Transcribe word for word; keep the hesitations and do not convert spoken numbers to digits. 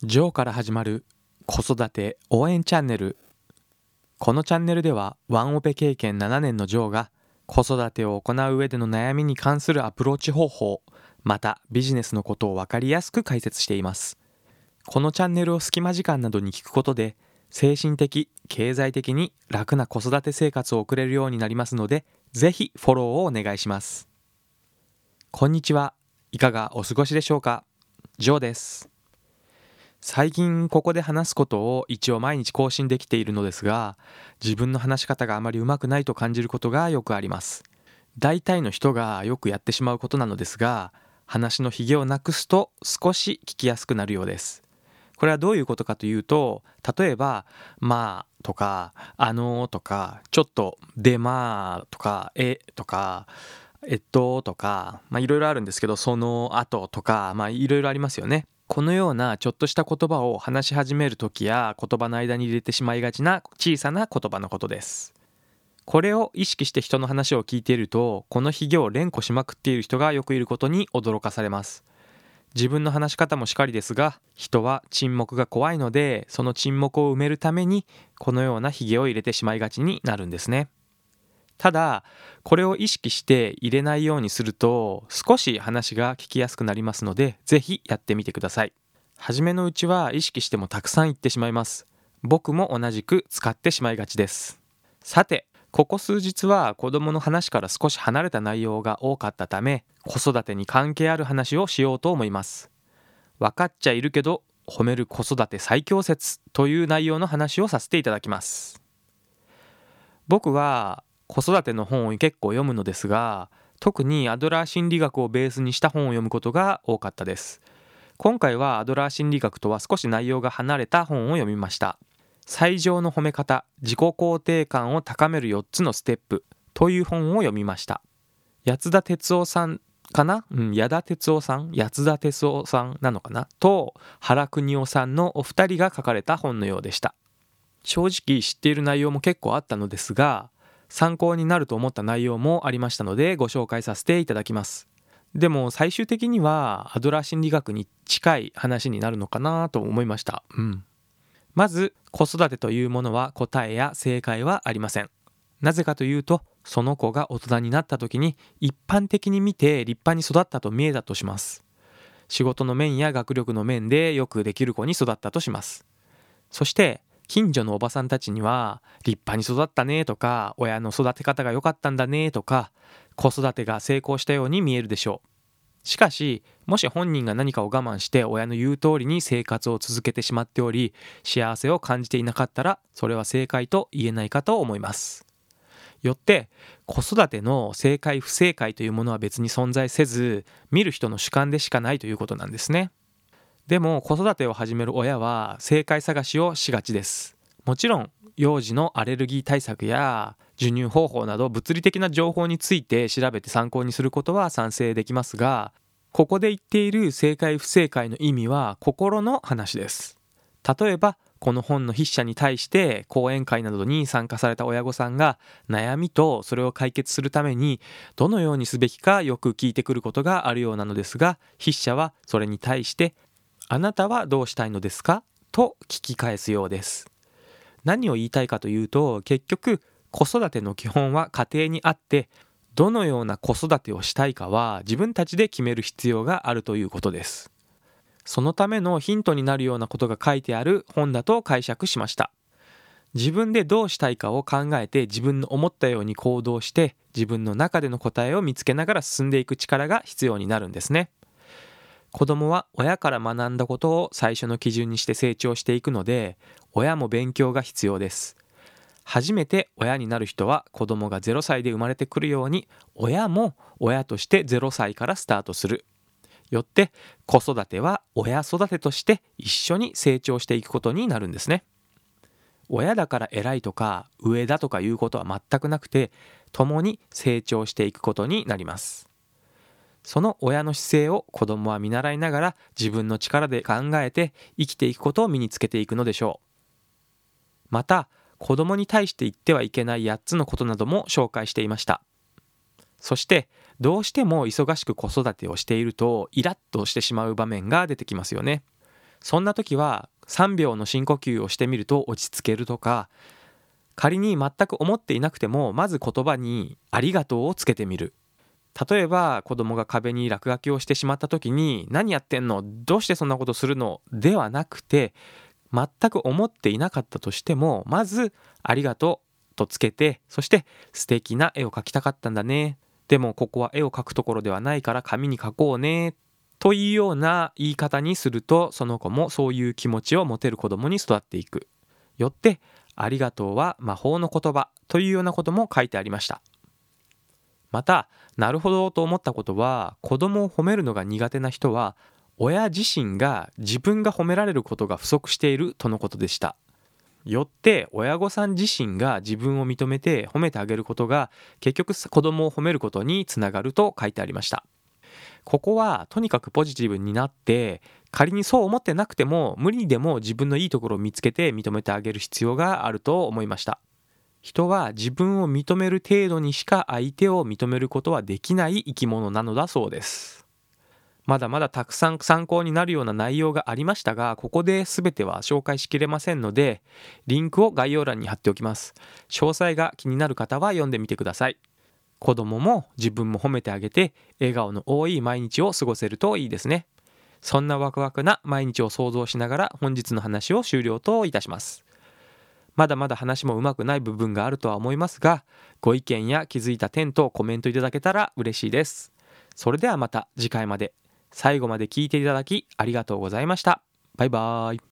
ジョーから始まる子育て応援チャンネル。このチャンネルではワンオペ経験ななねんのジョーが子育てを行う上での悩みに関するアプローチ方法、またビジネスのことを分かりやすく解説しています。このチャンネルを隙間時間などに聞くことで精神的、経済的に楽な子育て生活を送れるようになりますので、ぜひフォローをお願いします。こんにちは。いかがお過ごしでしょうか。ジョーです。最近ここで話すことを一応毎日更新できているのですが、自分の話し方があまりうまくないと感じることがよくあります。大体の人がよくやってしまうことなのですが、話のひげをなくすと少し聞きやすくなるようです。これはどういうことかというと、例えばまあとかあのーとかちょっとでまあとかえとかえっととか、まあいろいろあるんですけど、その後とか、まあいろいろありますよね。このようなちょっとした言葉を話し始めるときや言葉の間に入れてしまいがちな小さな言葉のことです。これを意識して人の話を聞いていると、このひげを連呼しまくっている人がよくいることに驚かされます。自分の話し方もしかりですが、人は沈黙が怖いので、その沈黙を埋めるためにこのようなひげを入れてしまいがちになるんですね。ただ、これを意識して入れないようにすると少し話が聞きやすくなりますので、ぜひやってみてください。初めのうちは意識してもたくさん言ってしまいます。僕も同じく使ってしまいがちです。さて、ここ数日は子供の話から少し離れた内容が多かったため、子育てに関係ある話をしようと思います。分かっちゃいるけど褒める子育て最強説という内容の話をさせていただきます。僕は子育ての本を結構読むのですが、特にアドラー心理学をベースにした本を読むことが多かったです。今回はアドラー心理学とは少し内容が離れた本を読みました。最上の褒め方、自己肯定感を高めるよっつのステップという本を読みました。八田哲夫さんかな、うん、矢田哲夫さん、八田哲夫さんなのかなと原邦夫さんのお二人が書かれた本のようでした。正直知っている内容も結構あったのですが、参考になると思った内容もありましたのでご紹介させていただきます。でも最終的にはアドラー心理学に近い話になるのかなと思いました。うん。まず、子育てというものは答えや正解はありません。なぜかというと、その子が大人になった時に一般的に見て立派に育ったと見えたとします。仕事の面や学力の面でよくできる子に育ったとします。そして近所のおばさんたちには立派に育ったねとか、親の育て方が良かったんだねとか、子育てが成功したように見えるでしょう。しかし、もし本人が何かを我慢して親の言う通りに生活を続けてしまっており、幸せを感じていなかったら、それは正解と言えないかと思います。よって子育ての正解不正解というものは別に存在せず、見る人の主観でしかないということなんですね。でも子育てを始める親は正解探しをしがちです。もちろん幼児のアレルギー対策や授乳方法など物理的な情報について調べて参考にすることは賛成できますが、ここで言っている正解不正解の意味は心の話です。例えばこの本の筆者に対して講演会などに参加された親御さんが悩みとそれを解決するためにどのようにすべきかよく聞いてくることがあるようなのですが、筆者はそれに対してあなたはどうしたいのですかと聞き返すようです。何を言いたいかというと、結局子育ての基本は家庭にあって、どのような子育てをしたいかは自分たちで決める必要があるということです。そのためのヒントになるようなことが書いてある本だと解釈しました。自分でどうしたいかを考えて自分の思ったように行動して、自分の中での答えを見つけながら進んでいく力が必要になるんですね。子供は親から学んだことを最初の基準にして成長していくので、親も勉強が必要です。初めて親になる人は子供がゼロさいで生まれてくるように、親も親としてゼロさいからスタートする。よって子育ては親育てとして一緒に成長していくことになるんですね。親だから偉いとか上だとかいうことは全くなくて、共に成長していくことになります。その親の姿勢を子供は見習いながら自分の力で考えて生きていくことを身につけていくのでしょう。また、子供に対して言ってはいけないやっつのことなども紹介していました。そして、どうしても忙しく子育てをしているとイラッとしてしまう場面が出てきますよね。 そんな時はさんびょうの深呼吸をしてみると落ち着けるとか、仮に全く思っていなくてもまず言葉にありがとうをつけてみる。例えば子供が壁に落書きをしてしまった時に、何やってんの、どうしてそんなことするのではなくて、全く思っていなかったとしてもまずありがとうとつけて、そして素敵な絵を描きたかったんだね、でもここは絵を描くところではないから紙に描こうねというような言い方にすると、その子もそういう気持ちを持てる子供に育っていく。よってありがとうは魔法の言葉というようなことも書いてありました。また、なるほどと思ったことは、子供を褒めるのが苦手な人は親自身が自分が褒められることが不足しているとのことでした。よって親御さん自身が自分を認めて褒めてあげることが結局子供を褒めることにつながると書いてありました。ここはとにかくポジティブになって、仮にそう思ってなくても無理にでも自分のいいところを見つけて認めてあげる必要があると思いました。人は自分を認める程度にしか相手を認めることはできない生き物なのだそうです。まだまだたくさん参考になるような内容がありましたが、ここで全ては紹介しきれませんので、リンクを概要欄に貼っておきます。詳細が気になる方は読んでみてください。子供も自分も褒めてあげて、笑顔の多い毎日を過ごせるといいですね。そんなワクワクな毎日を想像しながら本日の話を終了といたします。まだまだ話もうまくない部分があるとは思いますが、ご意見や気づいた点とコメントいただけたら嬉しいです。それではまた次回まで。最後まで聞いていただきありがとうございました。バイバーイ。